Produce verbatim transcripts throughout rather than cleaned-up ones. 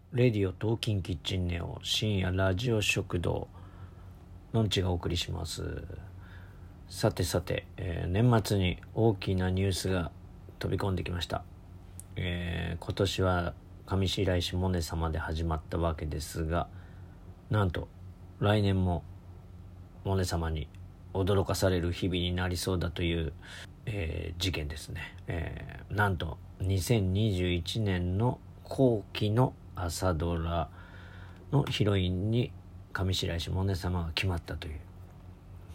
レディオトーキンキッチンネオ深夜ラジオ食堂のんちがお送りします。さてさて、えー、年末に大きなニュースが飛び込んできました。えー、今年は上白石萌音様で始まったわけですが、なんと来年も萌音様に驚かされる日々になりそうだという、えー、事件ですね。えー、なんとにせんにじゅういちねんの後期の朝ドラのヒロインに上白石萌音様が決まったという、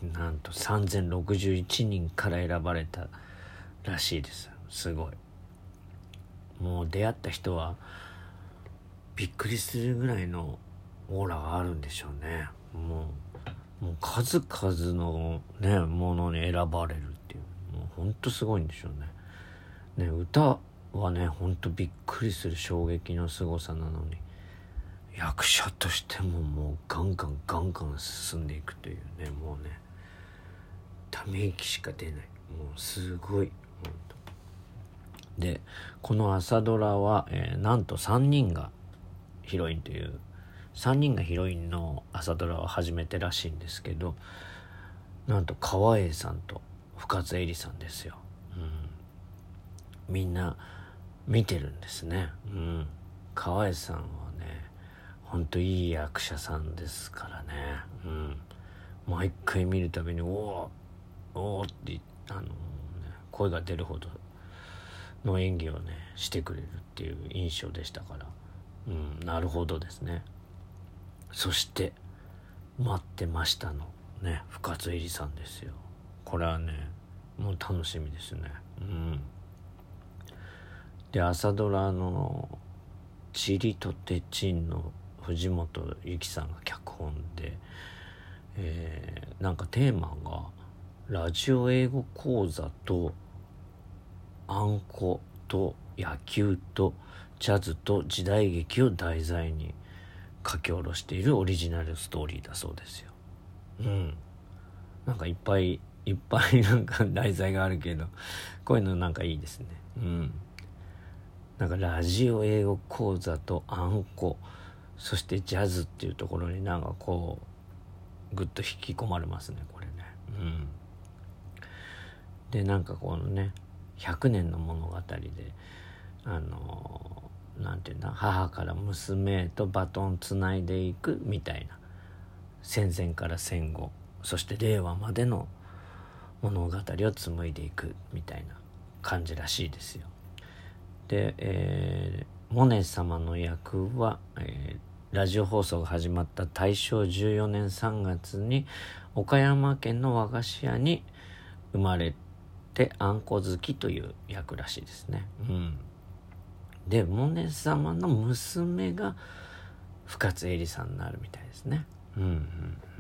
なんとさんぜんろくじゅういちにんから選ばれたらしいです。すごい。もう出会った人はびっくりするぐらいのオーラがあるんでしょうね。もう、もう数々のねものに選ばれるっていう、もうほんとすごいんでしょうね。ね、歌はねほんとびっくりする衝撃の凄さなのに、役者としてももうガンガンガンガン進んでいくというね、もうねため息しか出ない、もうすごい本当で、この朝ドラは、えー、なんとさんにんがヒロインというさんにんがヒロインの朝ドラを始めてらしいんですけど、なんと川栄さんと深津絵里さんですよ。うん、みんな見てるんですね。うん、川栄さんはねほんといい役者さんですからね。うん、毎回見るたびにおーおーってあの、ね、声が出るほどの演技をねしてくれるっていう印象でしたから、うん、なるほどですね。そして待ってましたのね深津絵里さんですよ。これはねもう楽しみですね。うん、で朝ドラのちりとてちんの藤本由紀さんが脚本で、えー、なんかテーマがラジオ英語講座とあんこと野球とジャズと時代劇を題材に書き下ろしているオリジナルストーリーだそうですよ。うん、なんかいっぱいいっぱいなんか題材があるけど、こういうのなんかいいですね。うん、なんかラジオ英語講座とあんこ、そしてジャズっていうところになんかこうグッと引き込まれますねこれね。うん、でなんかこのねひゃくねんの物語であのなんていうんだ、母から娘へとバトンつないでいくみたいな、戦前から戦後そして令和までの物語を紡いでいくみたいな感じらしいですよ。で、えー、モネ様の役は、えー、ラジオ放送が始まった大正じゅうよねんさんがつに岡山県の和菓子屋に生まれてあんこ好きという役らしいですね。うん、でモネ様の娘が深津絵里さんになるみたいですね。うんうんうん、ね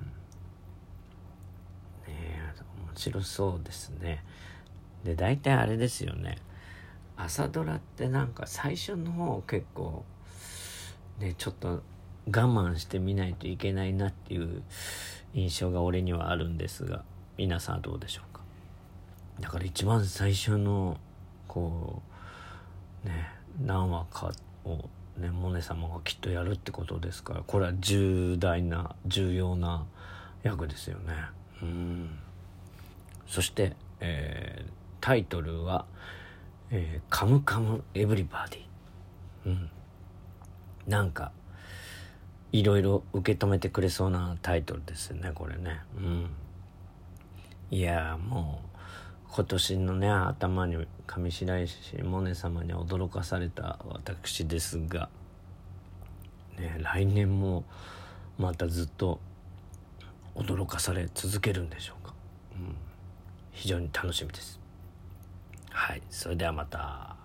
え面白そうですね。で大体あれですよね、朝ドラってなんか最初の方結構ねちょっと我慢して見ないといけないなっていう印象が俺にはあるんですが、皆さんはどうでしょうか。だから一番最初のこうね何話かをねモネ様がきっとやるってことですから、これは重大な重要な役ですよね。うん、そして、えー、タイトルはえー、カムカムエブリバディ、うん、なんかいろいろ受け止めてくれそうなタイトルですよねこれね。うん、いやもう今年のね頭に上白石萌音様に驚かされた私ですが、ね、来年もまたずっと驚かされ続けるんでしょうか。うん、非常に楽しみです。はい、それではまた。